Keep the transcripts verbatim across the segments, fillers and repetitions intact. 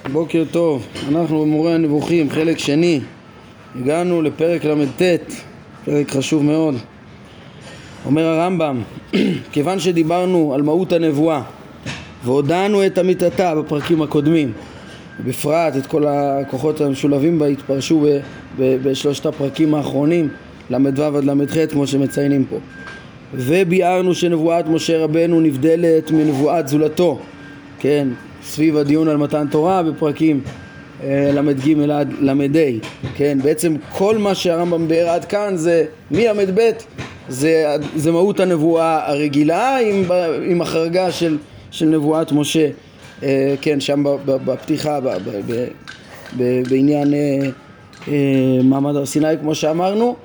בוקר טוב, אנחנו במורה הנבוכים, חלק שני. הגענו לפרק למ"ט, פרק חשוב מאוד. אומר הרמב"ם, כיוון שדיברנו על מהות הנבואה והודענו את אמיתתה בפרקים הקודמים, בפרט את כל הכוחות המשולבים בה התפרשו ב- ב- בשלושת הפרקים האחרונים, למ"ו עד למ"ח כמו שמציינים פה, וביארנו שנבואת משה רבנו נבדלת מנבואת זולתו, כן, סביב הדיון על מתן תורה בפרקים למ"ג עד למ"ה. כן, בעצם כל מה שהרמב"ם ביאר עד כאן זה מלמ"ב, זה זה מהות הנבואה הרגילה עם עם החרגה של של נבואת משה, כן, שם בפתיחה ב, ב, ב, ב, בעניין מעמד הר סיני כמו שאמרנו,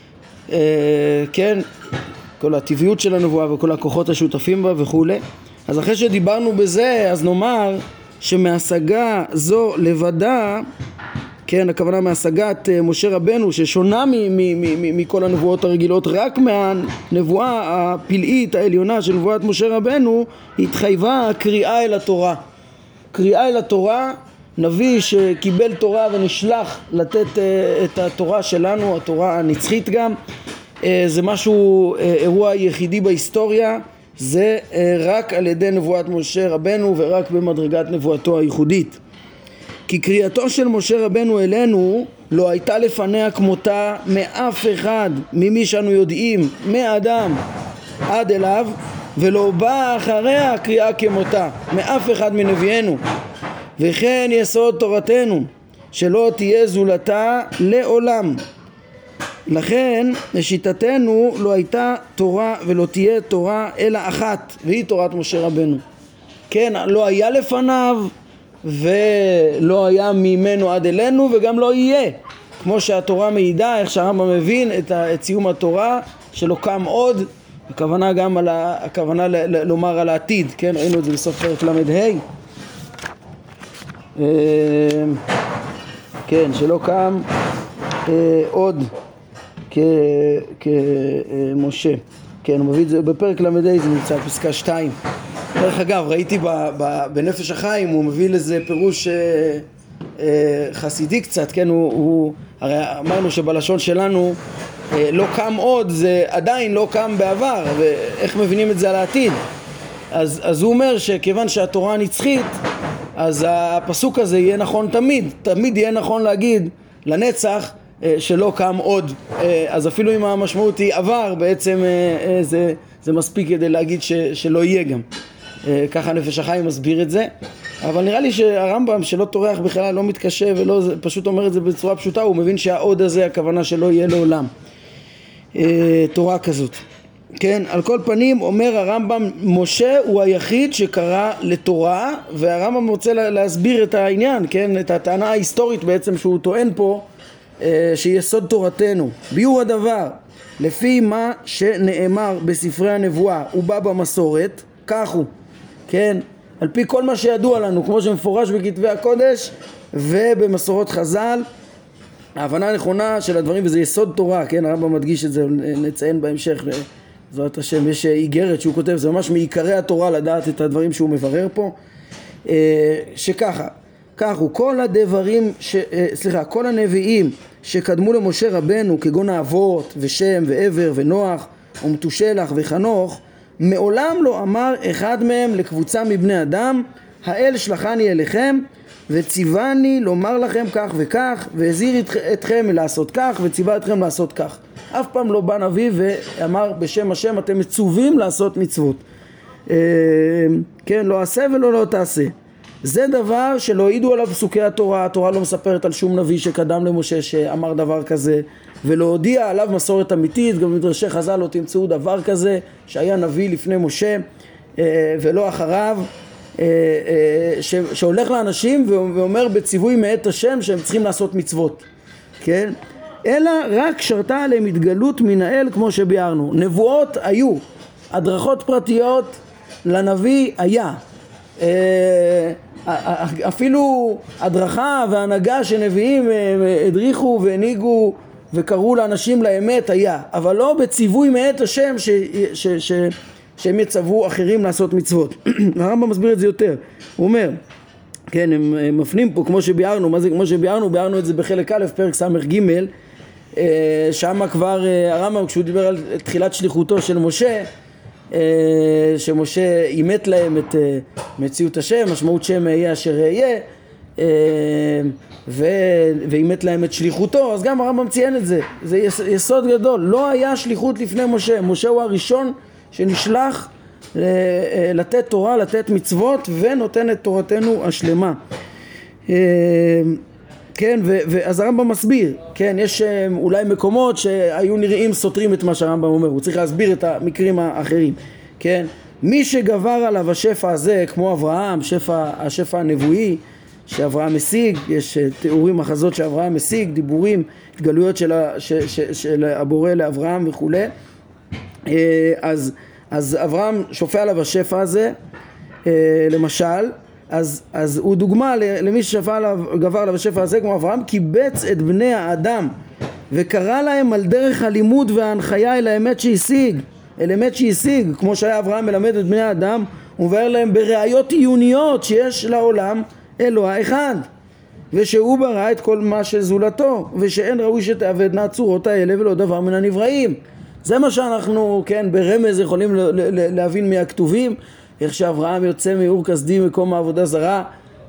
כן, כל הטבעיות של הנבואה וכל הכוחות השותפים בה וכולי. אז אחרי שדיברנו בזה, אז נאמר שמהשגה זו לבדה, כן, הכוונה מהשגת משה רבנו ששונה מ- מ- מ- מכל הנבואות הרגילות, רק מהנבואה הפלאית העליונה של נבואת משה רבנו התחייבה הקריאה אל התורה. קריאה אל התורה, נביא שקיבל תורה ונשלח לתת את התורה שלנו, התורה הנצחית גם, זה משהו, אירוע יחידי בהיסטוריה, זה רק על ידי נבואת משה רבנו ורק במדרגת נבואתו הייחודית. כי קריאתו של משה רבנו אלינו לא הייתה לפניה כמותה מאף אחד ממי שאנו יודעים, מאדם עד אליו, ולא באה אחריה קריאה כמותה מאף אחד מנביאנו. וכן יסוד תורתנו שלא תהיה זולתה לעולם. לכן לשיטתנו לא הייתה תורה ולא תהיה תורה אלא אחת, והיא תורת משה רבנו. כן, לא היה לפניו ולא היה ממנו עד אלינו וגם לא יהיה, כמו שהתורה מעידה, איך שהרמב"ם מבין את, ה, את סיום התורה שלא קם עוד, הכוונה גם על ה, הכוונה ל, ל, לומר על העתיד, כן, ראינו את זה בסוף פרק למ"ה, כן, שלא קם עוד כמשה. כן, הוא מביא את זה בפרק למ"ה, זה נמצא בפסקה שתיים. דרך אגב, ראיתי ב, ב, בנפש החיים, הוא מביא לזה פירוש אה, אה, חסידי קצת, כן, הוא, הוא, הרי אמרנו שבלשון שלנו אה, לא קם עוד, זה עדיין לא קם בעבר, ואיך מבינים את זה על העתיד? אז, אז הוא אומר שכיוון שהתורה נצחית, אז הפסוק הזה יהיה נכון תמיד, תמיד יהיה נכון להגיד לנצח, שלא קם עוד. אז אפילו אם המשמעות היא עבר, בעצם זה, זה מספיק כדי להגיד ש, שלא יהיה גם. ככה נפש החיים מסביר את זה. אבל נראה לי שהרמב"ם שלא טורח בכלל, לא מתקשה ולא, פשוט אומר את זה בצורה פשוטה, הוא מבין שהעוד הזה הכוונה שלא יהיה לעולם תורה כזאת. כן, על כל פנים אומר הרמב"ם, משה הוא היחיד שקרא לתורה, והרמב"ם רוצה להסביר את העניין, כן, את הטענה ההיסטורית בעצם שהוא טוען פה, שיסוד תורתנו. ביור הדבר, לפי מה שנאמר בספרי הנבואה ובא במסורת, כך הוא, כן, על פי כל מה שידוע לנו, כמו שמפורש בכתבי הקודש ובמסורות חז"ל, ההבנה הנכונה של הדברים, וזה יסוד תורה, כן, הרמב"ם מדגיש את זה, נציין בהמשך, בעזרת השם, יש איגרת שהוא כותב, זה ממש מעיקרי התורה לדעת את הדברים שהוא מברר פה, שככה, כך הוא, כל הדברים, ש, סליחה, כל הנביאים שקדמו למשה רבנו, כגון האבות ושם ועבר ונוח ומתושלח וחנוך, מעולם לא אמר אחד מהם לקבוצה מבני אדם, האל שלחני אליכם וציווני לומר לכם כך וכך, והזהיר אתכם מלעשות כך וציווה אתכם לעשות כך. אף פעם לא בא נביא ואמר בשם השם אתם מצווים לעשות מצוות. כן, לא עשה ולא לא תעשה. זה דבר שלא העידו עליו פסוקי התורה. התורה לא מספרת על שום נביא שקדם למשה שאמר דבר כזה, ולא הודיע עליו מסורת אמיתית. גם מדרשי חז"ל לא תמצאו דבר כזה שהיה נביא לפני משה ולא אחריו, שהולך לאנשים ואומר בציווי מאת השם שהם צריכים לעשות מצוות, כן? אלא רק שרתה עליהם התגלות מן האל כמו שביארנו. נבואות היו, הדרכות פרטיות לנביא היה, אפילו הדרכה והנהגה שנביאים הדריכו והנהיגו וקראו לאנשים לאמת היה, אבל לא בציווי מאת השם ש, ש, ש, שהם יצוו אחרים לעשות מצוות. הרמב"ם מסביר את זה יותר, הוא אומר כן, הם, הם מפנים פה כמו שביארנו, מה זה כמו שביארנו? ביארנו את זה בחלק א', פרק סמך ג', שם כבר הרמב"ם כשהוא דיבר על תחילת שליחותו של משה, שמשה אימת להם את מציאות השם, משמעות שם יהיה אשר יהיה, ואימת להם את שליחותו, אז גם הרמב"ם ציין את זה, זה יסוד גדול, לא היה שליחות לפני משה, משה הוא הראשון שנשלח לתת תורה, לתת מצוות ונותן את תורתנו השלמה. כן, ואז הרמב"ם מסביר, כן, יש אולי מקומות שהיו נראים סותרים את מה שהרמב"ם אומר, הוא צריך להסביר את המקרים האחרים, כן, מי שגבר עליו השפע הזה, כמו אברהם, שפע, השפע הנבואי שאברהם משיג, יש תיאורים, מחזות שאברהם משיג, דיבורים, התגלויות של, ש, ש, של הבורא לאברהם וכו', אז, אז אברהם שופע עליו השפע הזה, למשל, אז, אז הוא דוגמה למי ששפע עליו, גבר עליו השפע הזה כמו אברהם, קיבץ את בני האדם וקרא להם על דרך הלימוד וההנחיה אל האמת שהשיג, אל האמת שהשיג, כמו שהיה אברהם מלמד את בני האדם ומבאר להם בראיות עיוניות שיש לעולם אלוה אחד, ושהוא ברא את כל מה שזולתו, ושאין ראוי שתעבדנה הצורות האלה ולא דבר מן הנבראים. זה מה שאנחנו, כן, ברמז יכולים להבין מהכתובים, איך שאברהם יוצא מאור כסדים מקום העבודה זרה,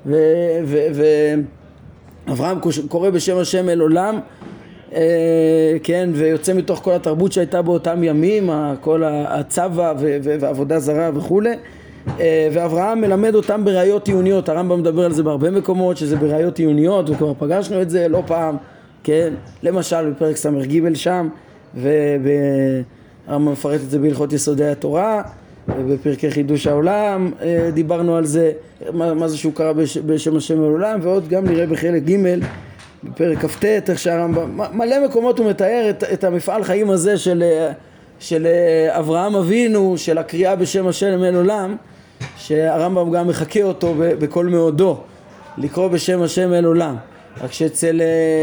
ואברהם קורא בשם השם אל עולם, כן, ויוצא מתוך כל התרבות שהייתה באותם ימים, כל הצבא ועבודה זרה וכו'. ואברהם מלמד אותם בראיות עיוניות, הרמב"ם מדבר על זה בהרבה מקומות, שזה בראיות עיוניות, וכבר פגשנו את זה לא פעם, כן, למשל בפרק סמך ג' שם, והרמב"ם מפרט את זה בהלכות יסודי התורה, בפרקי חידוש העולם דיברנו על זה, מה, מה זה שהוא קרא בשם השם העולם, ועוד גם נראה בחלק ג' בפרק כ"ט, איך שהרמב"ם, מלא מקומות הוא מתאר את, את המפעל חיים הזה של, של אברהם אבינו, של הקריאה בשם השם אל עולם, שהרמב"ם גם מחכה אותו בכל מאודו, לקרוא בשם השם אל עולם. רק שאצל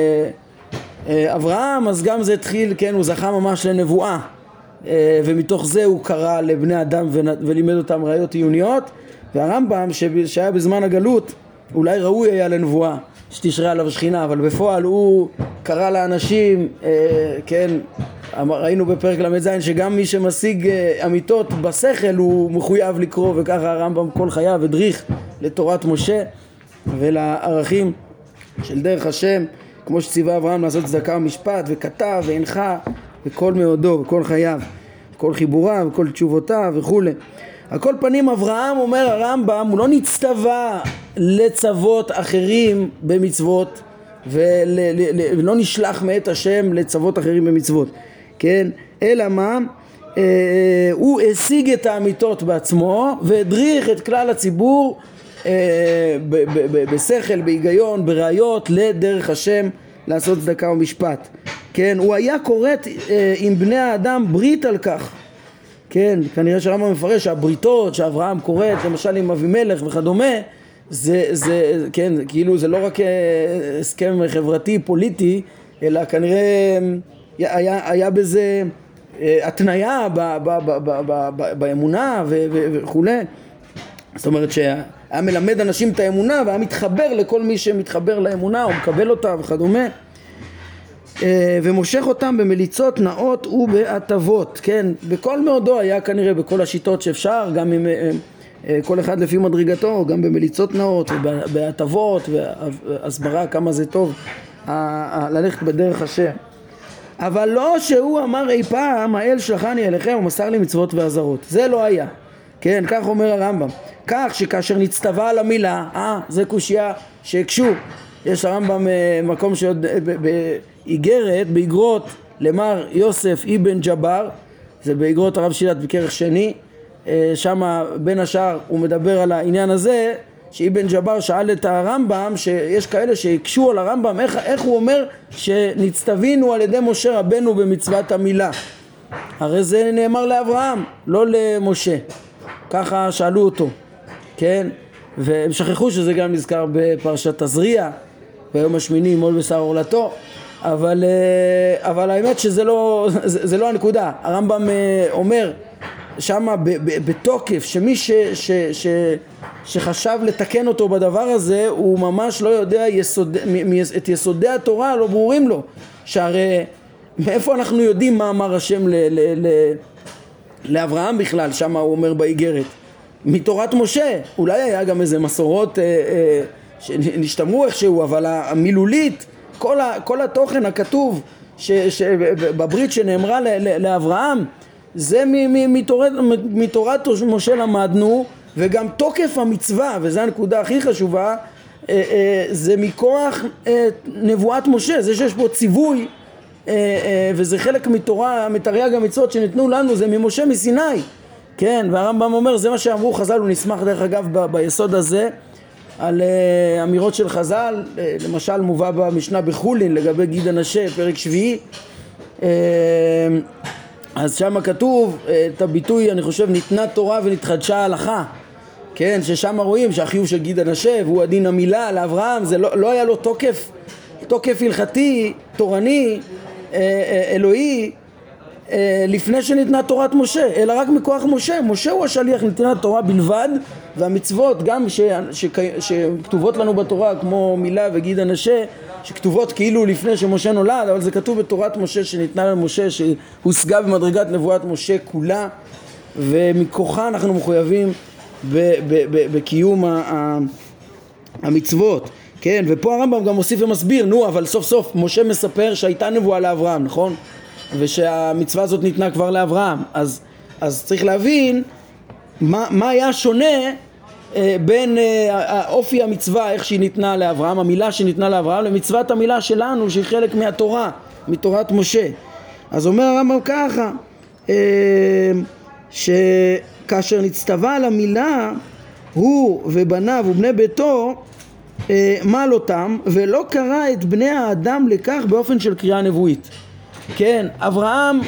אברהם אז גם זה התחיל, כן, הוא זכה ממש לנבואה, ומתוך זה הוא קרא לבני אדם ולימד אותם ראיות עיוניות, והרמב"ם שהיה בזמן הגלות אולי ראוי היה לנבואה שתשרה עליו שכינה, אבל בפועל הוא קרא לאנשים, כן, ראינו בפרק למ"ז שגם מי שמשיג אמיתות בשכל הוא מחויב לקרוא, וככה הרמב"ם כל חייו הדריך לתורת משה ולערכים של דרך השם, כמו שציווה אברהם לעשות צדקה ומשפט, וכתב והנחה וכל מאודו וכל חייו, כל חיבוריו וכל תשובותיו וכו'. על כל פנים אברהם, אומר הרמב"ם, הוא לא נצטווה לצוות אחרים במצוות, ולא נשלח מאת השם לצוות אחרים במצוות, כן? אלא מה? אה, הוא השיג את האמיתות בעצמו והדריך את כלל הציבור אה, ב- ב- ב- בשכל, בהיגיון, בראיות, לדרך השם לעשות צדקה ומשפט. כן, הוא היה קוראת אה, עם בני האדם ברית על כך. כן, כנראה שהרמב"ם מפרש שהבריתות שאברהם קוראת, למשל עם אבימלך וכדומה, זה, זה, כן, כאילו זה לא רק הסכם חברתי פוליטי, אלא כנראה היה, היה בזה התניה ב, ב, ב, ב, ב, ב, באמונה וכו'. זאת אומרת שהיה מלמד אנשים את האמונה והיה מתחבר לכל מי שמתחבר לאמונה או מקבל אותה וכדומה, ומושך אותם במליצות נאות ובהטבות. כן, בכל מאודו היה כנראה בכל השיטות שאפשר, גם עם כל אחד לפי מדרגתו, גם במליצות נאות ובהטבות והסברה כמה זה טוב ללכת בדרך השם. אבל לא שהוא אמר אי פעם האל שלחני אליכם ומסר לי מצוות ועזרות, זה לא היה. כן, כך אומר הרמב"ם, כך שכאשר נצטווה על המילה, אה, זה קושיה שהקשו. יש הרמב"ם מקום שעוד באיגרת, באיגרות למר יוסף אבן ג'בר, זה באיגרות הרב שילת בכרך שני, שם בין השאר הוא מדבר על העניין הזה, שאבן ג'בר שאל את הרמב"ם, שיש כאלה שהקשו על הרמב"ם, איך, איך הוא אומר שנצטווינו על ידי משה רבנו במצוות המילה, הרי זה נאמר לאברהם, לא למשה. ככה שאלו אותו, כן, והם שכחו שזה גם נזכר בפרשת תזריע, ביום השמיני מול בשר עורלתו, אבל, אבל האמת שזה לא, זה, זה לא הנקודה. הרמב"ם אומר שמה בתוקף, שמי ש, ש, ש, שחשב לתקן אותו בדבר הזה, הוא ממש לא יודע יסוד, את יסודי התורה לא ברורים לו. שהרי מאיפה אנחנו יודעים מה אמר השם ל, ל, ל, לאברהם בכלל, שמה הוא אומר באיגרת? מתורת משה. אולי היה גם איזה מסורות אה, אה, שנשתמרו איכשהו, אבל המילולית, כל, ה, כל התוכן הכתוב ש, ש, בברית שנאמרה ל, ל, לאברהם, זה מתורת, מתורת משה למדנו, וגם תוקף המצווה, וזו הנקודה הכי חשובה, זה מכוח נבואת משה, זה שיש פה ציווי, וזה חלק מתורה, מתרי"ג המצוות שניתנו לנו, זה ממשה מסיני, כן, והרמב"ם אומר, זה מה שאמרו חז"ל, הוא נשמח דרך אגב ב- ביסוד הזה, על אמירות של חז"ל, למשל מובא במשנה בחולין לגבי גיד הנשה, פרק שביעי, אז שם כתוב את הביטוי, אני חושב, ניתנה תורה ונתחדשה הלכה, כן, ששם רואים שהחיוב של גיד הנשה והוא הדין המילה לאברהם, זה לא, לא היה לו תוקף, תוקף הלכתי, תורני, אלוהי, לפני שניתנה תורת משה, אלא רק מכוח משה. משה הוא השליח, ניתנה תורה בלבד, והמצוות גם ש, ש, שכתובות לנו בתורה, כמו מילה וגיד הנשה, שכתובות כאילו לפני שמשה נולד, אבל זה כתוב בתורת משה שניתנה למשה, שהושגה במדרגת נבואת משה כולה, ומכוחה אנחנו מחויבים ב, ב, ב, בקיום ה, ה, המצוות. כן, ופה הרמב"ם גם מוסיף ומסביר, נו, אבל סוף סוף משה מספר שהייתה נבואה לאברהם, נכון? ושהמצווה הזאת ניתנה כבר לאברהם. אז, אז צריך להבין מה, מה היה שונה אה, בין אה, אופי המצווה, איך שהיא ניתנה לאברהם, המילה שניתנה לאברהם, למצוות המילה שלנו, שהיא חלק מהתורה, מתורת משה. אז אומר הרמב"ם ככה, אה, שכאשר נצטווה על המילה, הוא ובניו ובני ביתו, מעל אותם, ולא קרא את בני האדם לכך באופן של קריאה נבואית. כן, אברהם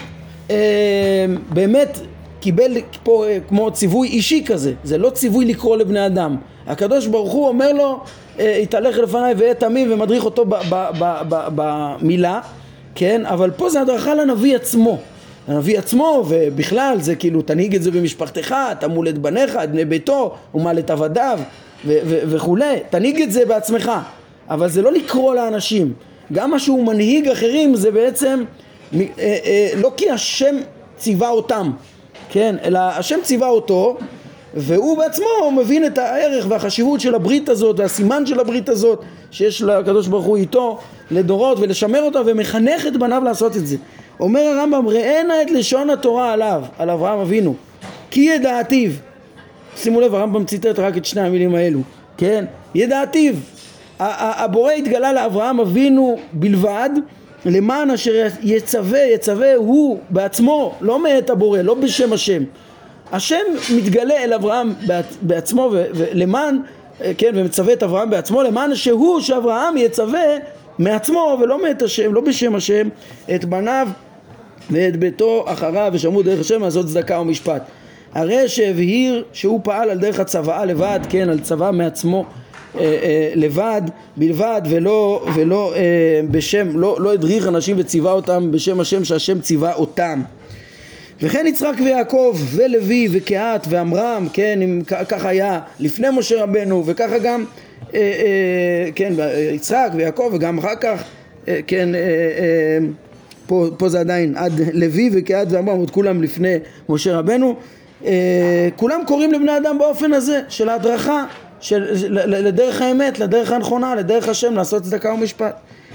אה, באמת קיבל פה אה, כמו ציווי אישי כזה, זה לא ציווי לקרוא לבני אדם. הקדוש ברוך הוא אומר לו, אה, התהלך לפניי והיה תמים, ומדריך אותו ב- ב- ב- ב- במילה, כן, אבל פה זה הדרכה לנביא עצמו. הנביא עצמו, ובכלל זה כאילו תנהיג את זה במשפחתך, תמול את בניך, את בני ביתו, ומל את עבדיו ו- ו- וכולי, תנהיג את זה בעצמך, אבל זה לא לקרוא לאנשים. גם מה שהוא מנהיג אחרים זה בעצם אה, אה, לא כי השם ציווה אותם, כן, אלא השם ציווה אותו, והוא בעצמו מבין את הערך והחשיבות של הברית הזאת והסימן של הברית הזאת שיש לקדוש ברוך הוא איתו לדורות, ולשמר אותה, ומחנך את בניו לעשות את זה. אומר הרמב"ם, ראינה את לשון התורה עליו, על אברהם אבינו, כי ידעתיו. שימו לב, הרמב"ם ציטט רק את שני המילים האלו, כן, ידעתיו. הבורא התגלה לאברהם אבינו בלבד, למען אשר יצווה, יצווה הוא בעצמו, לא מאת הבורא, לא בשם השם. השם מתגלה אל אברהם בעצמו ולמען, כן, ומצווה את אברהם בעצמו, למען שהוא, שאברהם יצווה מעצמו ולא מאת השם, לא בשם השם, את בניו ואת ביתו אחריו, ושמעו דרך השם לעשות צדקה ומשפט. הרי שהבהיר שהוא פעל על דרך הצוואה לבד, כן, על צוואה מעצמו אה, אה, לבד, בלבד, ולא, ולא אה, בשם, לא, לא הדריך אנשים וציווה אותם בשם השם שהשם ציווה אותם. וכן יצחק ויעקב ולוי וקהת ואמרם, כן, אם ככה היה לפני משה רבנו, וככה גם אה, אה, כן, יצחק ויעקב, וגם אחר כך אה, כן, אה, אה, פה, פה זה עדיין עד לוי וקהת ואמרם, עוד כולם לפני משה רבנו. אה, כולם קוראים לבני אדם באופן הזה של ההדרכה, של, לדרך האמת, לדרך הנכונה, לדרך השם, לעשות צדקה ומשפט.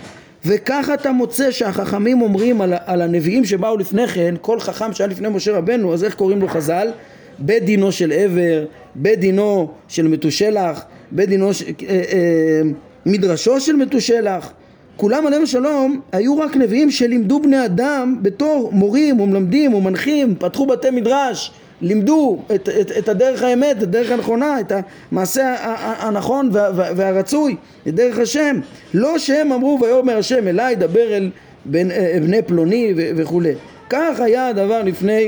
וככה אתה מוצא שהחכמים אומרים על, על הנביאים שבאו לפני כן, כל חכם שהיה לפני משה רבנו, אז איך קוראים לו חז"ל? בית דינו של עבר, בית דינו של מתושלח, בית דינו ש... אה, אה, מדרשו של מתושלח. כולם עליהם שלום היו רק נביאים שלימדו בני אדם בתור מורים ומלמדים ומנחים, פתחו בתי מדרש, לימדו את, את, את הדרך האמת, את הדרך הנכונה, את המעשה הנכון והרצוי, את דרך השם. לא שהם אמרו ויאמר השם אליי דבר אל בן, בני פלוני וכו'. כך היה הדבר לפני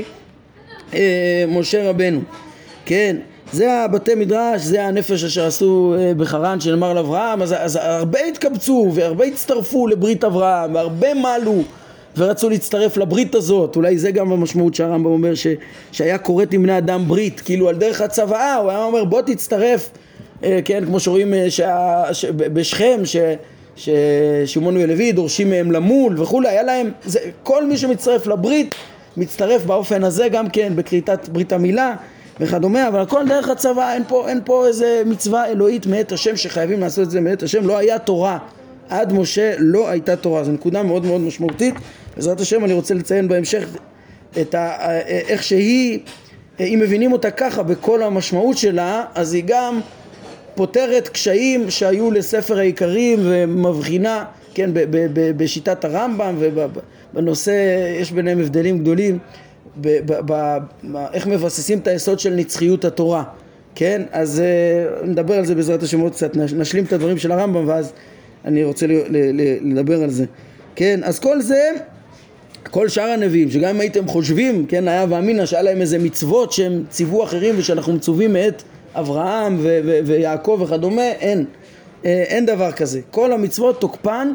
אה, משה רבנו. כן, זה הבתי מדרש, זה הנפש אשר עשו אה, בחרן שנאמר לאברהם, אז, אז הרבה התקבצו והרבה הצטרפו לברית אברהם והרבה מעלו ורצו להצטרף לברית הזאת. אולי זה גם המשמעות שהרמב"ם אומר ש, שהיה קוראת עם בני אדם ברית, כאילו על דרך הצוואה, הוא היה אומר בוא תצטרף, כן, כמו שרואים שה, ש, בשכם ש, ששמעון ולוי דורשים מהם למול וכולי, היה להם, זה, כל מי שמצטרף לברית מצטרף באופן הזה גם כן בכריתת ברית המילה וכדומה, אבל הכל דרך הצבא, אין פה, אין פה איזה מצווה אלוהית מאת השם שחייבים לעשות את זה מאת השם. לא היה תורה, עד משה לא הייתה תורה. זו נקודה מאוד מאוד משמעותית. בעזרת השם אני רוצה לציין בהמשך את ה, איך שהיא, אם מבינים אותה ככה בכל המשמעות שלה, אז היא גם פותרת קשיים שהיו לספר העיקרים ומבחינה, כן, ב, ב, ב, בשיטת הרמב"ם, ובנושא יש ביניהם הבדלים גדולים ב, ב, ב, ב, איך מבססים את היסוד של נצחיות התורה, כן? אז uh, נדבר על זה בעזרת השם עוד קצת, נשלים את הדברים של הרמב"ם ואז אני רוצה ל, ל, ל, לדבר על זה, כן? אז כל זה, כל שאר הנביאים, שגם אם הייתם חושבים, כן, היה ואמינה שהיה להם איזה מצוות שהם ציוו אחרים ושאנחנו מצווים מאת אברהם ו- ו- ויעקב וכדומה, אין, אין דבר כזה. כל המצוות תוקפן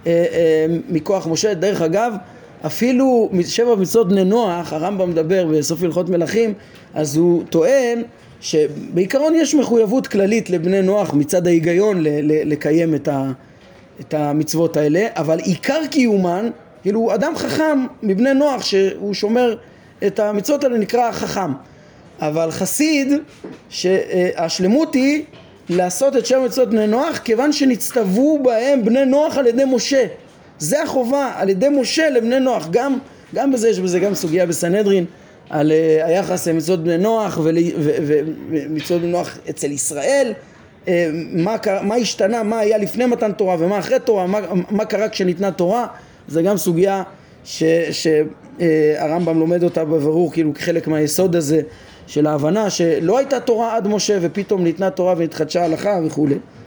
מכוח משה. דרך אגב, אפילו שבע מצוות בני נוח, הרמב"ם מדבר בסוף הלכות מלכים, אז הוא טוען שבעיקרון יש מחויבות כללית לבני נוח מצד ההיגיון ל- ל- לקיים את, ה- את המצוות האלה, אבל עיקר קיומן, כאילו אדם חכם מבני נוח שהוא שומר את המצוות האלה נקרא חכם. אבל חסיד שהשלמות היא לעשות את שבע מצוות בני נוח כיוון שנצטוו בהם בני נוח על ידי משה. זה החובה, על ידי משה לבני נוח. גם, גם בזה יש בזה גם סוגיה בסנהדרין על היחס למצוות בני נוח ומצוות בני נוח אצל ישראל, מה, מה השתנה, מה היה לפני מתן תורה ומה אחרי תורה, מה, מה קרה כשניתנה תורה. זה גם סוגיה ש, שהרמב"ם לומד אותה בברור, כאילו כחלק מהיסוד הזה של ההבנה שלא הייתה תורה עד משה ופתאום ניתנה תורה והתחדשה הלכה וכו'.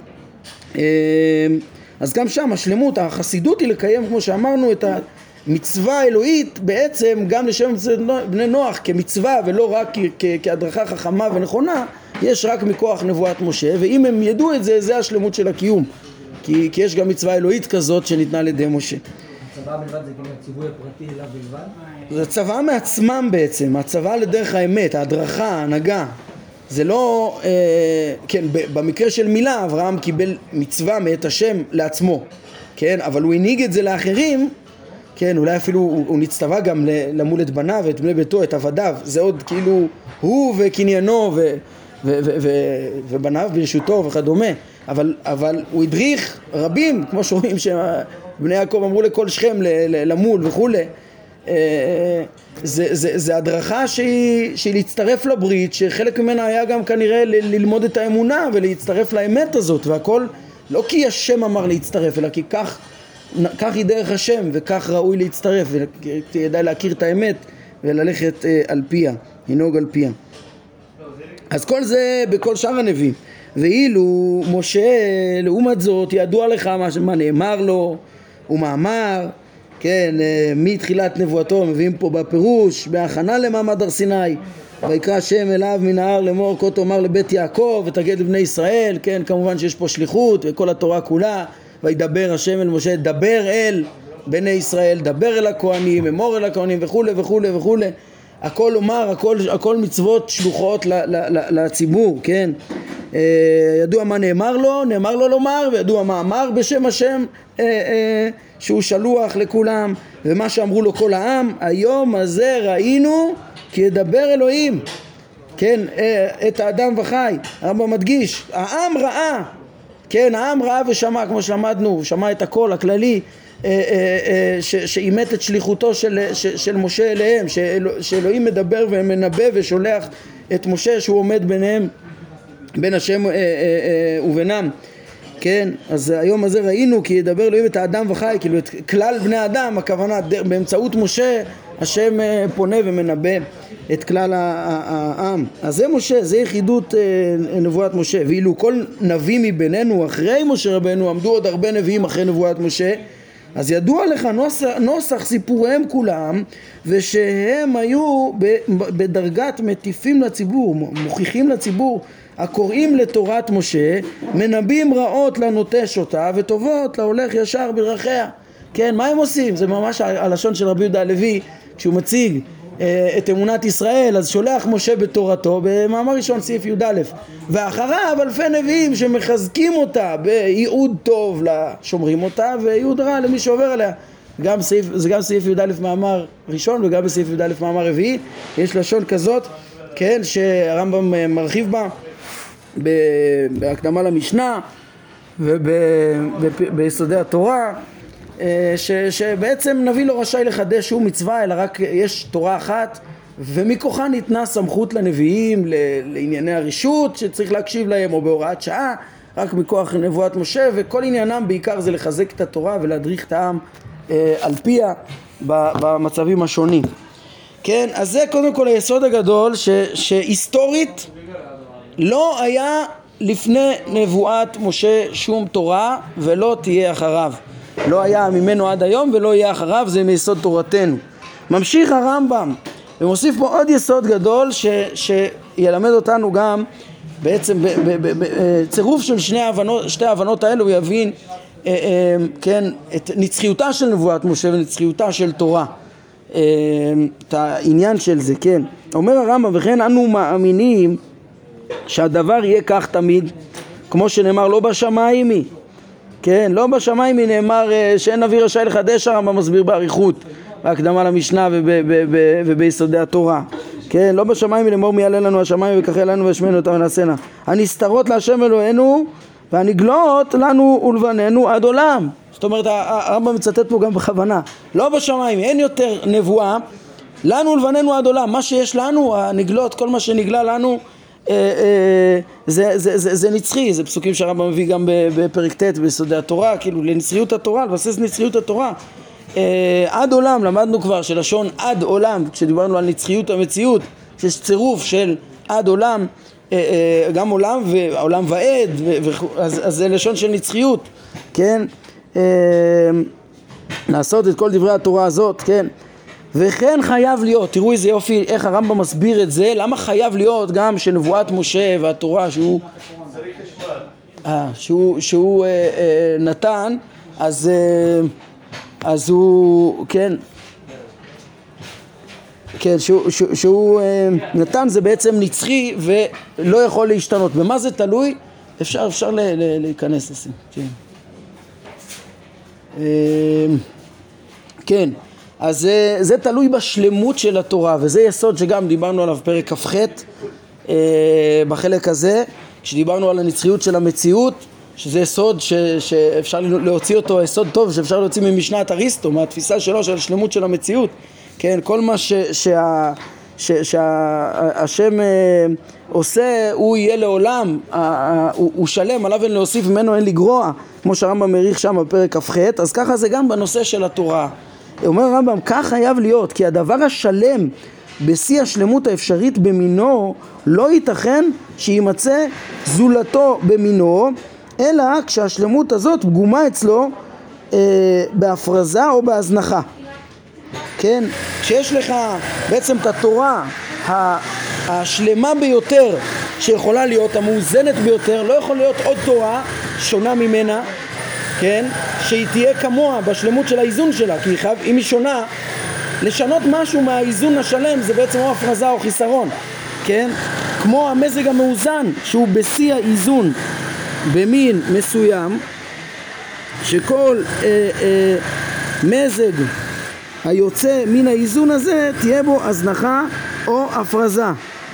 אז גם שם השלמות, החסידות היא לקיים, כמו שאמרנו, את המצווה האלוהית בעצם גם לשם בני נוח כמצווה ולא רק כהדרכה חכמה ונכונה, יש רק מכוח נבואת משה, ואם הם ידעו את זה, זה השלמות של הקיום, כי, כי יש גם מצווה אלוהית כזאת שניתנה על ידי משה. הצבא בלבד זה כאילו הציווי הפרטי אליו בלבד? זה צבא מעצמם בעצם, הצבא לדרך האמת, ההדרכה, ההנהגה. זה לא, אה, כן, במקרה של מילה אברהם קיבל מצווה מאת השם לעצמו, כן, אבל הוא הנהיג את זה לאחרים, כן, אולי אפילו הוא, הוא נצטווה גם למול את בניו ואת בני ביתו, את עבדיו, זה עוד כאילו הוא וקניינו ו, ו, ו, ו, ו, ובניו ברשותו וכדומה, אבל, אבל הוא הדריך רבים, כמו שרואים שבני יעקב אמרו לכל שכם למול וכולי. זה, זה, זה הדרכה שהיא, שהיא להצטרף לברית, שחלק ממנה היה גם כנראה ל, ללמוד את האמונה ולהצטרף לאמת הזאת, והכל לא כי השם אמר להצטרף, אלא כי כך, כך היא דרך השם וכך ראוי להצטרף, וכדאי להכיר את האמת וללכת על פיה, לנהוג על פיה. אז כל זה בכל שאר הנביאים. ואילו משה לעומת זאת ידוע לך מה, מה נאמר לו ומה אמר, כן, מתחילת נבואתו מביאים פה בפירוש בהכנה למעמד הר סיני, ויקרא השם אליו מן ההר לאמור כה תאמר לבית יעקב ותגיד לבני ישראל, כן, כמובן שיש פה שליחות וכל התורה כולה, וידבר השם אל משה, דבר אל בני ישראל, דבר אל הכהנים, אמור אל הכהנים וכו' וכו' וכו'. הכל אומר, הכל, הכל מצוות שלוחות ל, ל, ל, לציבור, כן. ידוע מה נאמר לו, נאמר לו לומר, וידוע מה אמר בשם השם אה, אה, שהוא שלוח לכולם, ומה שאמרו לו כל העם, היום הזה ראינו כי ידבר אלוהים, כן, אה, את האדם וחי. הרמב"ם מדגיש, העם ראה, כן, העם ראה ושמע, כמו שלמדנו, שמע את הקול הכללי שאימת את שליחותו של, של משה אליהם, שאלוהים מדבר ומנבא ושולח את משה שהוא עומד ביניהם, בין השם ובינם, כן. אז היום הזה ראינו כי ידבר אלוהים את האדם וחי, כאילו את כלל בני האדם, הכוונה באמצעות משה השם פונה ומנבא את כלל העם. אז זה משה, זה יחידות נבואת משה. ואילו כל נביא מבינינו אחרי משה רבנו, עמדו עוד הרבה נביאים אחרי נבואת משה, אז ידוע לך נוסח, נוסח סיפוריהם כולם, ושהם היו בדרגת מטיפים לציבור, מוכיחים לציבור, הקוראים לתורת משה, מנבאים רעות לנוטש אותה וטובות להולך ישר בדרכיה. כן, מה הם עושים? זה ממש הלשון של רבי יהודה הלוי, כשהוא מציג אה, את אמונת ישראל, אז שולח משה בתורתו, במאמר ראשון סעיף י"א, ואחריו אלפי נביאים שמחזקים אותה בייעוד טוב לשומרים אותה, וייעוד רע למי שעובר עליה. גם סעיף, זה גם סעיף י"א מאמר ראשון, וגם בסעיף י"א מאמר רביעי, יש לשון כזאת, כן, שהרמב"ם מרחיב בה, בהקדמה למשנה וביסודי התורה, ש, שבעצם נביא לא רשאי לחדש שום מצווה, אלא רק יש תורה אחת, ומכוחה ניתנה סמכות לנביאים לענייני הרשות שצריך להקשיב להם, או בהוראת שעה, רק מכוח נבואת משה, וכל עניינם בעיקר זה לחזק את התורה ולהדריך את העם אה, על פיה במצבים השונים. כן, אז זה קודם כל היסוד הגדול, ש, שהיסטורית לא היה לפני נבואת משה שום תורה, ולא תהיה אחריו. לא היה ממנו עד היום ולא יהיה אחריו, זה מיסוד תורתנו. ממשיך הרמב"ם ומוסיף פה עוד יסוד גדול ש, שילמד אותנו גם בעצם בצירוף של שני ההבנות, שתי ההבנות האלו, הוא יבין אה, אה, כן, את נצחיותה של נבואת משה ונצחיותה של תורה, אה, את העניין של זה. כן, אומר הרמב"ם, וכן אנו מאמינים שהדבר יהיה כך תמיד, כמו שנאמר לא בשמיים היא, כן, לא בשמיים היא נאמר שאין נביא רשאי לחדש, הרמב"ם מסביר באריכות בהקדמה למשנה וביסודי התורה. כן, לא בשמיים היא לאמור מי יעלה לנו השמיים וככה לנו וישמענו אותם ונעשנה. הנסתרות להשם אלוהינו והנגלות לנו ולבננו עד עולם. זאת אומרת, הרמב"ם מצטט פה גם בכוונה. לא בשמיים, אין יותר נבואה, לנו ולבננו עד עולם. מה שיש לנו, הנגלות, כל מה שנגלה לנו, זה, זה, זה, זה נצחי. זה פסוקים שהרמב"ם מביא גם בפרק ט' ביסודי התורה, כאילו לנצחיות התורה, לבסס נצחיות התורה. עד עולם, למדנו כבר שלשון עד עולם, כשדיברנו על נצחיות המציאות, שיש צירוף של עד עולם, גם עולם ועולם ועד, אז, אז זה לשון של נצחיות, כן? לעשות את כל דברי התורה הזאת, כן? וכן חייב להיות, תראו איזה יופי, איך הרמב"ם מסביר את זה, למה חייב להיות גם שנבואת משה והתורה שהוא, אה, שהוא, שהוא אה, אה, נתן, אז, אה, אז הוא, כן, כן, שהוא, שהוא, שהוא אה, נתן, זה בעצם נצחי ולא יכול להשתנות. במה זה תלוי? אפשר, אפשר ל, ל, להיכנס לזה, כן. אה, כן. אז זה, זה תלוי בשלמות של התורה, וזה יסוד שגם דיברנו עליו פרק כ"ח אה, בחלק הזה, כשדיברנו על הנצחיות של המציאות, שזה יסוד ש, שאפשר להוציא אותו, יסוד טוב שאפשר להוציא ממשנת אריסטו, מהתפיסה שלו של השלמות של המציאות. כן, כל מה ש, שה, ש, שהשם אה, עושה, הוא יהיה לעולם, אה, הוא, הוא שלם, עליו אין להוסיף, ממנו אין לגרוע, כמו שהרמב"ם מריך שם בפרק כ"ח. אז ככה זה גם בנושא של התורה. אומר הרמב"ם, כך חייב להיות, כי הדבר השלם בשיא השלמות האפשרית במינו לא ייתכן שימצא זולתו במינו, אלא כשהשלמות הזאת פגומה אצלו אה, בהפרזה או בהזנחה. כן, כשיש לך בעצם את התורה השלמה ביותר שיכולה להיות, המאוזנת ביותר, לא יכול להיות עוד תורה שונה ממנה, כן, שהיא תהיה כמוה בשלמות של האיזון שלה, כי חייב, אם היא שונה, לשנות משהו מהאיזון השלם זה בעצם או הפרזה או חיסרון, כן, כמו המזג המאוזן שהוא בשיא האיזון במין מסוים, שכל אה, אה, מזג היוצא מן האיזון הזה תהיה בו הזנחה או הפרזה.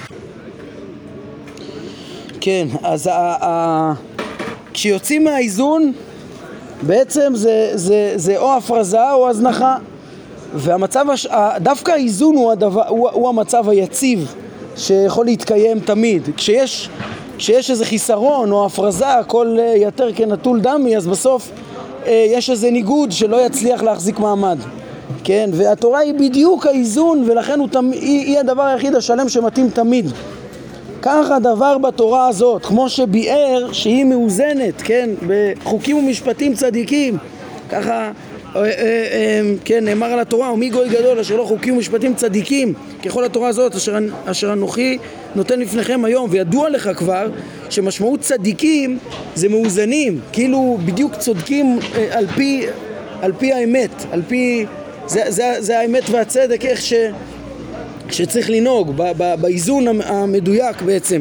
כן, אז ה- ה- כשיוצאים מהאיזון בעצם זה, זה, זה או הפרזה או הזנחה, והמצב, הש... דווקא האיזון הוא, הדבר, הוא, הוא המצב היציב שיכול להתקיים תמיד. כשיש, כשיש איזה חיסרון או הפרזה, הכל יותר כנטול דמי, אז בסוף יש איזה ניגוד שלא יצליח להחזיק מעמד. כן, והתורה היא בדיוק האיזון, ולכן הוא תמ... היא, היא הדבר היחיד השלם שמתאים תמיד. כך הדבר בתורה הזאת, כמו שביאר שהיא מאוזנת, כן, בחוקים ומשפטים צדיקים, ככה, כן, נאמר על התורה, ומי גוי גדול אשר לא חוקים ומשפטים צדיקים, ככל התורה הזאת אשר, אשר אנוכי נותן לפניכם היום, וידוע לך כבר שמשמעות צדיקים זה מאוזנים, כאילו בדיוק צודקים על פי על פי האמת, על פי, זה, זה, זה האמת והצדק, איך ש, שצריך לנהוג, ב, ב, באיזון המדויק בעצם,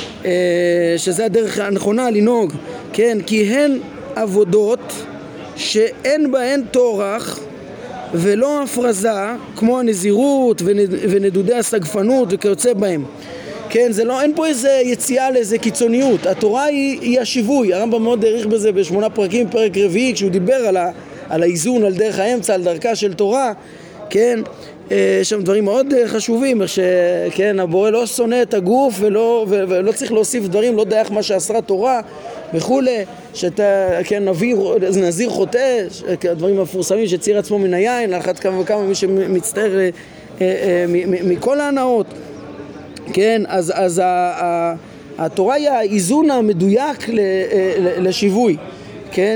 שזה הדרך הנכונה לנהוג, כן, כי הן עבודות שאין בהן תורח ולא הפרזה, כמו הנזירות ונדודי הסגפנות וכיוצא בהם. כן, זה לא, אין פה איזה יציאה לאיזה קיצוניות. התורה היא, היא השיווי. הרמב"ם מאוד העריך בזה בשמונה פרקים, פרק רביעי, כשהוא דיבר על, ה, על האיזון, על דרך האמצע, על דרכה של תורה. כן, יש שם דברים מאוד חשובים, איך שכן, הבורא לא שונא את הגוף ולא, ולא צריך להוסיף דברים, לא דרך מה שאסרה תורה וכולי, שאתה, כן, נביר, נזיר חוטא, הדברים המפורסמים שציר עצמו מן היין, לאחת כמה וכמה מי שמצטער מכל ההנאות. כן, אז, אז ה, ה, התורה היא האיזון המדויק ל, ל, לשיווי, כן?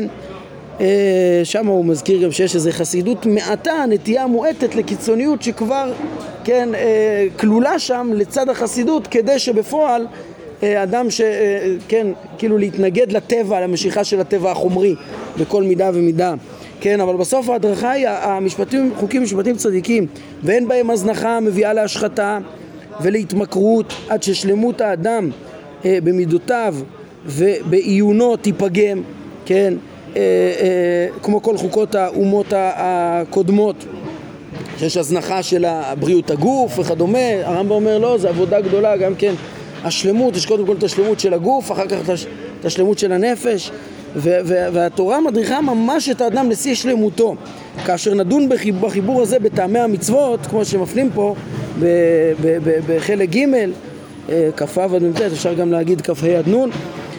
שם הוא מזכיר גם שיש איזו חסידות מעטה, נטייה מועטת לקיצוניות שכבר, כן, כלולה שם לצד החסידות, כדי שבפועל אדם ש, כן, כאילו להתנגד לטבע, למשיכה של הטבע החומרי בכל מידה ומידה. כן, אבל בסוף ההדרכה היא המשפטים, חוקים משפטים צדיקים, ואין בהם הזנחה מביאה להשחתה ולהתמכרות, עד ששלמות האדם אה, במידותיו ובעיונו תיפגם, כן, אה, אה, כמו כל חוקות האומות הקודמות, שיש הזנחה של בריאות הגוף וכדומה. הרמב"ם אומר לא, זה עבודה גדולה, גם כן השלמות, יש קודם כל את השלמות של הגוף, אחר כך את השלמות של הנפש, ו- ו- והתורה מדריכה ממש את האדם לשיא שלמותו. כאשר נדון בחיבור, בחיבור הזה בטעמי המצוות, כמו שמפנים פה ב- ב- ב- בחלק ג' כ"ו עד נ"ט, אפשר גם להגיד כ"ה עד נ',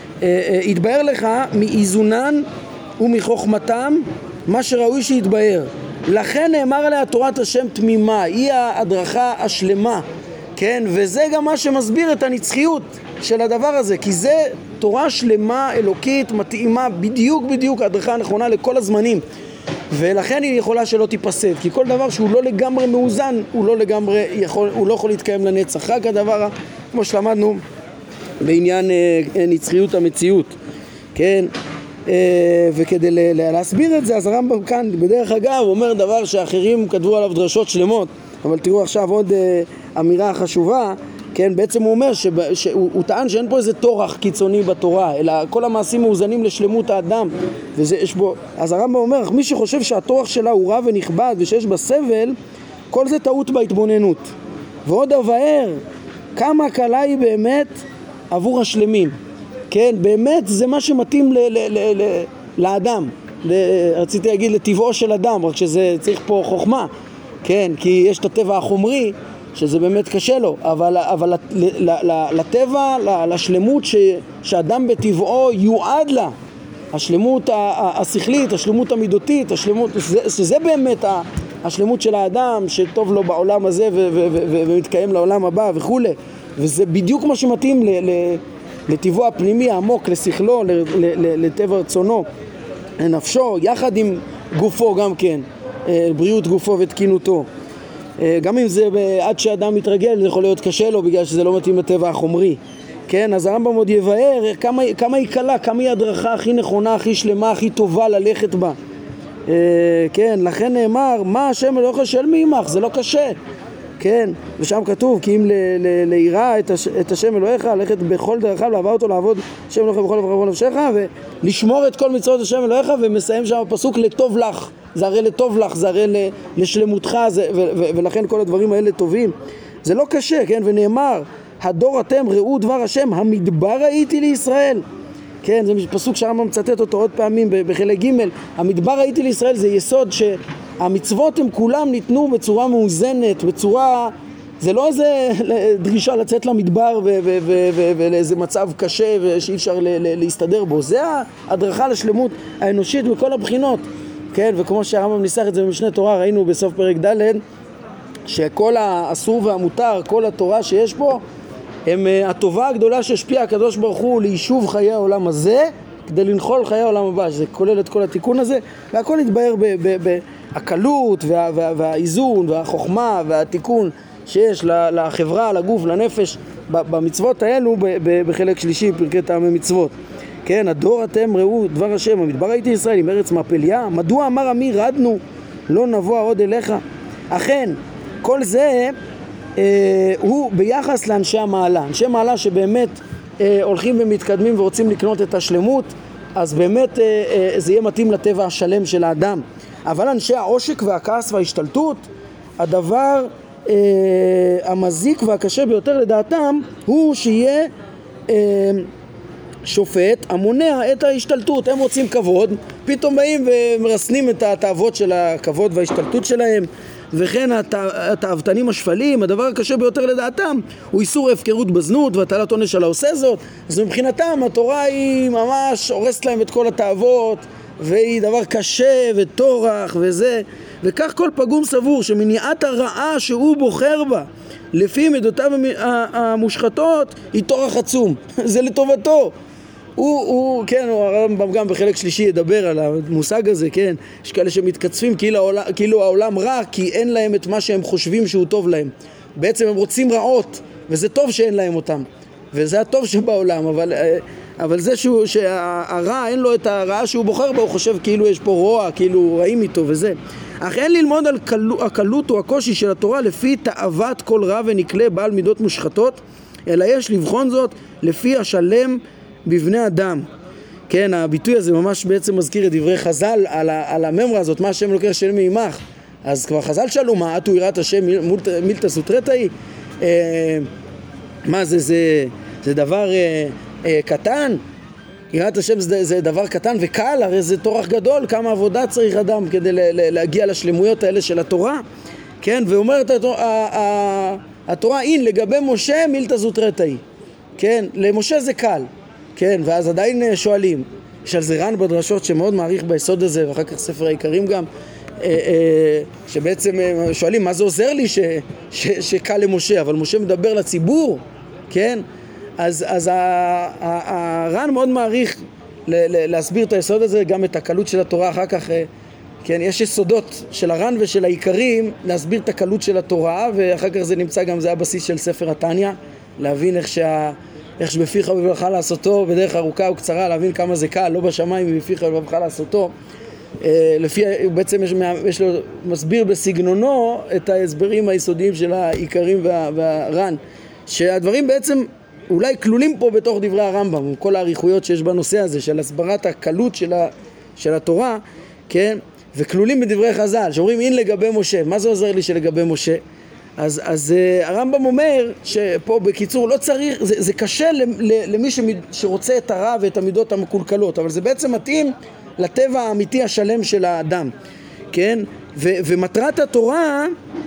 יתבהר לך מאיזונן ומחוכמתם מה שראוי שיתבהר. לכן נאמר עליה תורת השם תמימה, היא ההדרכה השלמה, כן? וזה גם מה שמסביר את הנצחיות של הדבר הזה, כי זה תורה שלמה, אלוקית, מתאימה בדיוק בדיוק ההדרכה הנכונה לכל הזמנים, ולכן היא יכולה שלא תיפסד, כי כל דבר שהוא לא לגמרי מאוזן, הוא לא לגמרי יכול, הוא לא יכול להתקיים לנצח. רק הדבר, כמו שלמדנו בעניין אה, נצחיות המציאות, כן? אה, וכדי ל- ל- להסביר את זה, אז הרמב"ם כאן בדרך אגב אומר דבר שאחרים כתבו עליו דרשות שלמות, אבל תראו עכשיו עוד אה, אמירה חשובה. כן, בעצם הוא אומר שב, שהוא הוא טען שאין פה איזה תורח קיצוני בתורה, אלא כל המעשים מאוזנים לשלמות האדם, וזה יש בו. אז הרמב"ם אומר, מי שחושב שהתורח שלה הוא רע ונכבד ושיש בה סבל, כל זה טעות בהתבוננות. ועוד אבאר כמה קלה היא באמת עבור השלמים. כן, באמת זה מה שמתאים ל, ל, ל, ל, לאדם. ל, רציתי להגיד לטבעו של אדם, רק שזה צריך פה חוכמה. כן, כי יש את הטבע החומרי שזה באמת קשה לו, אבל, אבל לטבע, לשלמות ש, שאדם בטבעו יועד לה, השלמות השכלית, השלמות המידותית, השלמות, שזה באמת השלמות של האדם שטוב לו בעולם הזה ו, ו, ו, ו, ומתקיים לעולם הבא וכו'. וזה בדיוק מה שמתאים ל, ל, לטבעו הפנימי העמוק, לשכלו, ל, ל, ל, לטבע רצונו, לנפשו, יחד עם גופו גם כן, בריאות גופו ותקינותו. גם אם זה עד שאדם מתרגל, זה יכול להיות קשה לו בגלל שזה לא מתאים לטבע החומרי. כן, אז הרמב"ם עוד יבהר כמה, כמה היא קלה, כמה היא הדרכה הכי נכונה, הכי שלמה, הכי טובה ללכת בה. כן, לכן נאמר, מה השם אלוהיך של מי עמך? זה לא קשה. כן, ושם כתוב, כי אם ליראה את, הש, את השם אלוהיך, ללכת בכל דרכיו, לעבור אותו, לעבוד השם אלוהיך בכל דרכיו נפשך, ולשמור את כל מצוות השם אלוהיך, ומסיים שם הפסוק לטוב לך. זה הרי לטוב לך, זה הרי לשלמותך, זה, ו, ו, ולכן כל הדברים האלה טובים. זה לא קשה, כן? ונאמר, הדור אתם ראו דבר השם, המדבר הייתי לישראל. כן, זה פסוק שהרמב"ם מצטט אותו עוד פעמים בחלק ג'. המדבר הייתי לישראל זה יסוד שהמצוות הם כולם ניתנו בצורה מאוזנת, בצורה, זה לא איזה דרישה לצאת למדבר ו- ו- ו- ו- ולאיזה מצב קשה שאי אפשר ל- ל- להסתדר בו. זה הדרכה לשלמות האנושית מכל הבחינות. כן, וכמו שהרמב"ם ניסח את זה במשנה תורה, ראינו בסוף פרק ד' שכל האסור והמותר, כל התורה שיש פה, הם הטובה הגדולה שהשפיעה הקדוש ברוך הוא ליישוב חיי העולם הזה, כדי לנחול חיי העולם הבא, שזה כולל את כל התיקון הזה, והכל יתבהר בהקלות וה, וה, והאיזון והחוכמה והתיקון שיש לחברה, לגוף, לנפש, במצוות האלו בחלק שלישי, פרקי טעמי מצוות. כן, הדור אתם ראו דבר השם, המדבר הייתי ישראל עם ארץ מפליה, מדוע אמר עמי רדנו, לא נבוא עוד אליך? אכן, כל זה אה, הוא ביחס לאנשי המעלה, אנשי מעלה שבאמת אה, הולכים ומתקדמים ורוצים לקנות את השלמות, אז באמת אה, אה, זה יהיה מתאים לטבע השלם של האדם. אבל אנשי העושק והכעס וההשתלטות, הדבר אה, המזיק והקשה ביותר לדעתם הוא שיהיה אה, שופט המונע את ההשתלטות. הם רוצים כבוד, פתאום באים ומרסנים את התאוות של הכבוד וההשתלטות שלהם, וכן התאוותנים השפלים. הדבר הקשה ביותר לדעתם הוא איסור ההפקרות בזנות והטלת עונש על העושה זאת. אז מבחינתם התורה היא ממש הורסת להם את כל התאוות, והיא דבר קשה וטורח וזה, וכך כל פגום סבור שמניעת הרעה שהוא בוחר בה לפי מידותיו המושחתות היא טורח עצום. זה לטובתו. הוא, הוא, כן, הרמב"ם גם בחלק שלישי ידבר על המושג הזה, כן, יש כאלה שמתקצפים כאילו העולם, כאילו העולם רע כי אין להם את מה שהם חושבים שהוא טוב להם. בעצם הם רוצים רעות, וזה טוב שאין להם אותם, וזה הטוב שבעולם, אבל, אבל זה שהוא, שהרע אין לו את הרעה שהוא בוחר בה, הוא חושב כאילו יש פה רוע, כאילו רעים איתו וזה. אך אין ללמוד על הקלות או הקושי של התורה לפי תאוות כל רע ונקלה בעל מידות מושחתות, אלא יש לבחון זאת לפי השלם בבני אדם. כן, הביטוי הזה ממש בעצם מזכיר את דברי חז"ל על, על הממרה הזאת, מה השם לוקח שלם מעמך. אז כבר חז"ל שאלו, מה אתו יראת השם מילתא סוטרתאי? אה, מה זה, זה, זה דבר אה, אה, קטן? יראת השם זה, זה דבר קטן וקל, הרי זה תורח גדול, כמה עבודה צריך אדם כדי ל, ל, להגיע לשלמויות האלה של התורה. כן, ואומרת התורה, התורה אין לגבי משה מילתא סוטרתאי. כן, למשה זה קל. כן, ואז עדיין שואלים, יש על זה ר"ן בדרשות שמאוד מעריך ביסוד הזה, ואחר כך ספר העיקרים גם, שבעצם שואלים מה זה עוזר לי ש, ש, שקל למשה, אבל משה מדבר לציבור, כן? אז, אז הר"ן מאוד מעריך ל, ל, להסביר את היסוד הזה, גם את הקלות של התורה, אחר כך, כן, יש יסודות של הר"ן ושל העיקרים להסביר את הקלות של התורה, ואחר כך זה נמצא גם, זה הבסיס של ספר התניא, להבין איך שה... איך שבפיך ובבך לעשותו, בדרך ארוכה וקצרה, להבין כמה זה קל, לא בשמיים בפיך ובבך לעשותו. לפי, בעצם יש, יש לו מסביר בסגנונו את ההסברים היסודיים של העיקרים וה, והר"ן, שהדברים בעצם אולי כלולים פה בתוך דברי הרמב"ם, כל העריכויות שיש בנושא הזה של הסברת הקלות של, ה, של התורה, כן? וכלולים בדברי חז"ל, שאומרים אין לגבי משה, מה זה עוזר לי שלגבי משה? אז, אז uh, הרמב"ם אומר שפה בקיצור לא צריך, זה, זה קשה למי שרוצה את הרע ואת המידות המקולקלות, אבל זה בעצם מתאים לטבע האמיתי השלם של האדם, כן? ו, ומטרת התורה,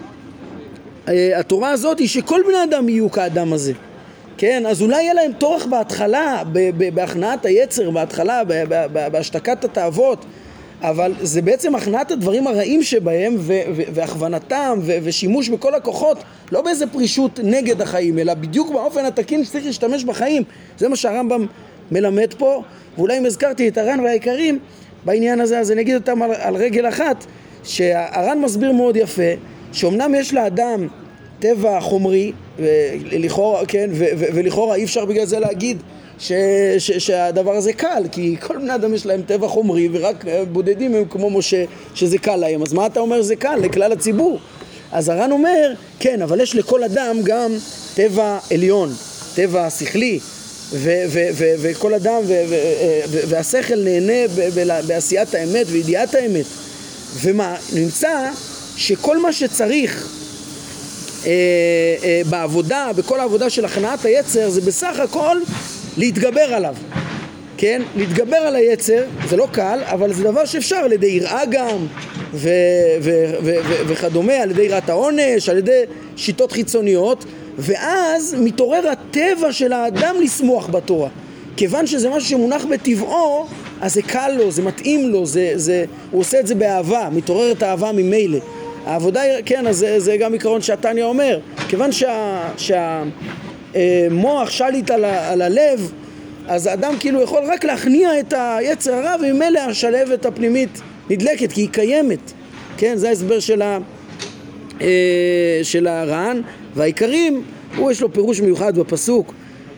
uh, התורה הזאת היא שכל בני אדם יהיו כאדם הזה, כן? אז אולי יהיה להם תורך בהתחלה, בהכנעת היצר, בהתחלה, בהשתקת התאוות, אבל זה בעצם הכנעת הדברים הרעים שבהם ו- ו- והכוונתם ו- ושימוש בכל הכוחות, לא באיזה פרישות נגד החיים, אלא בדיוק באופן התקין שצריך להשתמש בחיים. זה מה שהרמב"ם מלמד פה, ואולי אם הזכרתי את הר"ן והעיקרים בעניין הזה, אז אני אגיד אותם על, על רגל אחת, שהר"ן מסביר מאוד יפה, שאומנם יש לאדם טבע חומרי, ולכאורה, כן, ו- ו- ולכאורה אי אפשר בגלל זה להגיד ש, ש, שהדבר הזה קל, כי כל בני אדם יש להם טבע חומרי, ורק בודדים הם כמו משה שזה קל להם. אז מה אתה אומר זה קל? לכלל הציבור. אז הר"ן אומר, כן, אבל יש לכל אדם גם טבע עליון, טבע שכלי, ו- ו- ו- וכל אדם ו- ו- ו- והשכל נהנה ב- ב- בעשיית האמת וידיעת האמת. ומה? נמצא שכל מה שצריך אה, אה, בעבודה, בכל העבודה של הכנעת היצר, זה בסך הכל להתגבר עליו, כן? להתגבר על היצר, זה לא קל, אבל זה דבר שאפשר על ידי יראה גם, ו- ו- ו- ו- וכדומה, על ידי יראת העונש, על ידי שיטות חיצוניות, ואז מתעורר הטבע של האדם לשמוח בתורה. כיוון שזה משהו שמונח בטבעו, אז זה קל לו, זה מתאים לו, זה, זה, הוא עושה את זה באהבה, מתעוררת האהבה ממילא. העבודה, כן, אז זה, זה גם עיקרון שהתניא אומר, כיוון שה... שה מוח שליט על, ה, על הלב, אז האדם כאילו יכול רק להכניע את היצר הרע, וממילא השלבת הפנימית נדלקת, כי היא קיימת, כן? זה ההסבר של, ה, של הר"ן, והעיקרים, הוא יש לו פירוש מיוחד בפסוק,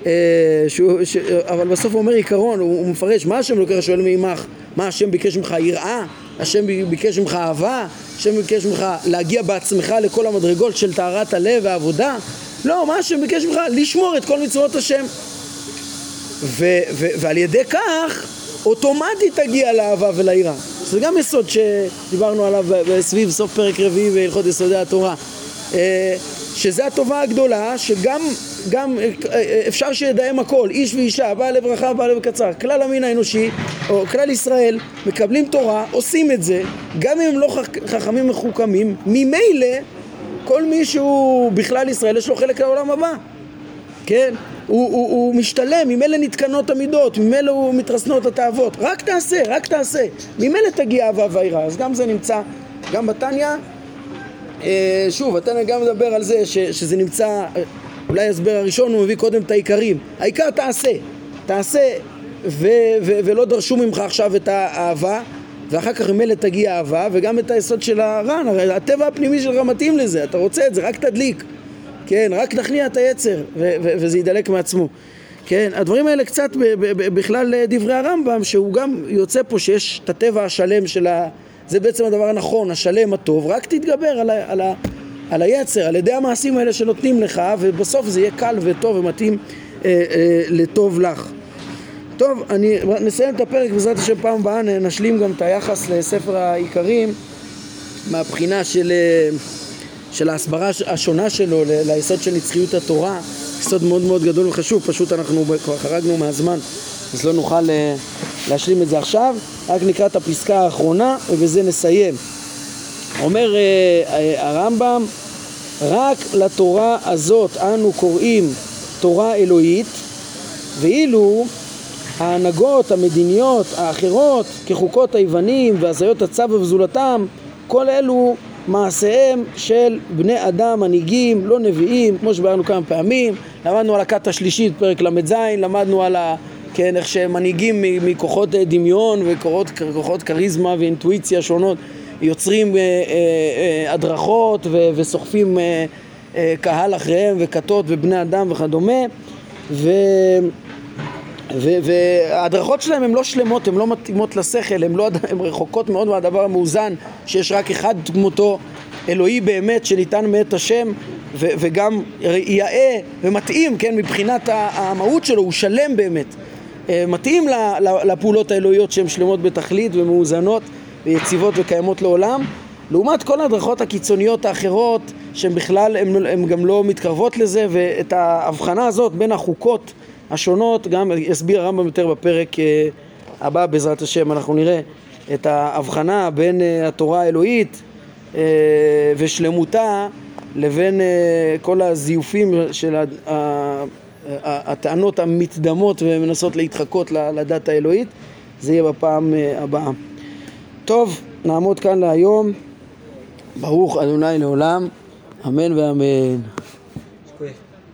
שהוא, ש, אבל בסוף הוא אומר עיקרון, הוא, הוא מפרש מה השם לוקח שואל מעמך, מה השם ביקש ממך יראה, השם ביקש ממך אהבה, השם ביקש ממך להגיע בעצמך לכל המדרגות של טהרת הלב והעבודה, לא, מה השם ביקש ממך לשמור את כל מצוות השם, ו, ו, ועל ידי כך אוטומטית תגיע לאהבה וליראה. זה גם יסוד שדיברנו עליו סביב סוף פרק רביעי בהלכות יסודי התורה, שזה הטובה הגדולה שגם גם אפשר שידעים הכל, איש ואישה, בעל לב רחב, בעל לב קצר, כלל המין האנושי או כלל ישראל מקבלים תורה, עושים את זה, גם אם הם לא חכמים מחוכמים, ממילא כל מי שהוא בכלל ישראל יש לו חלק לעולם הבא, כן? הוא, הוא, הוא משתלם, ממילא נתקנות המידות, ממילא הוא מתרסנות התאוות, רק תעשה, רק תעשה, ממילא תגיע אהבה ויראה. אז גם זה נמצא, גם בתניא, אה, שוב, התניא גם מדבר על זה ש, שזה נמצא, אולי הסבר הראשון הוא מביא קודם את העיקרים, העיקר תעשה, תעשה ו, ו, ולא דרשו ממך עכשיו את האהבה, ואחר כך ממילא תגיע אהבה, וגם את היסוד של הר"ן, הרי הטבע הפנימי שלך מתאים לזה, אתה רוצה את זה, רק תדליק. כן, רק תכניע את היצר ו- ו- וזה ידלק מעצמו. כן, הדברים האלה קצת ב- ב- בכלל דברי הרמב"ם, שהוא גם יוצא פה שיש את הטבע השלם של ה... זה בעצם הדבר הנכון, השלם הטוב, רק תתגבר על, ה- על, ה- על היצר, על ידי המעשים האלה שנותנים לך, ובסוף זה יהיה קל וטוב ומתאים אה, אה, לטוב לך. טוב, אני נסיים את הפרק, בעזרת השם פעם הבאה נשלים גם את היחס לספר העיקרים, מהבחינה של... של ההסברה השונה שלו ליסוד של נצחיות התורה, יסוד מאוד מאוד גדול וחשוב, פשוט אנחנו כבר חרגנו מהזמן, אז לא נוכל להשלים את זה עכשיו, רק נקרא את הפסקה האחרונה ובזה נסיים. אומר הרמב"ם, רק לתורה הזאת אנו קוראים תורה אלוהית, ואילו ההנהגות המדיניות האחרות כחוקות היוונים והזיות הצבא וזולתם, כל אלו מעשיהם של בני אדם מנהיגים, לא נביאים, כמו שבארנו כמה פעמים, למדנו על הכת השלישית, פרק למד זין, למדנו על ה... כן, איך שמנהיגים מכוחות דמיון וכוחות כוחות קריזמה ואינטואיציה שונות, יוצרים אה, אה, הדרכות ו- וסוחפים אה, אה, קהל אחריהם וכתות ובני אדם וכדומה, ו... וההדרכות שלהם הן לא שלמות, הן לא מתאימות לשכל, הן לא, הן רחוקות מאוד מהדבר המאוזן שיש רק אחד דמותו אלוהי באמת שניתן מאת השם ו, וגם יאה ומתאים, כן, מבחינת המהות שלו הוא שלם באמת, מתאים לפעולות האלוהיות שהן שלמות בתכלית ומאוזנות ויציבות וקיימות לעולם, לעומת כל ההדרכות הקיצוניות האחרות שהן בכלל הן גם לא מתקרבות לזה. ואת ההבחנה הזאת בין החוקות השונות גם יסביר הרמב"ם יותר בפרק הבא בעזרת השם. אנחנו נראה את ההבחנה בין התורה האלוהית ושלמותה לבין כל הזיופים של הטענות המתדמות ומנסות להתחקות לדת האלוהית. זה יהיה בפעם הבאה. טוב, נעמוד כאן להיום. ברוך אדוני לעולם, אמן ואמן.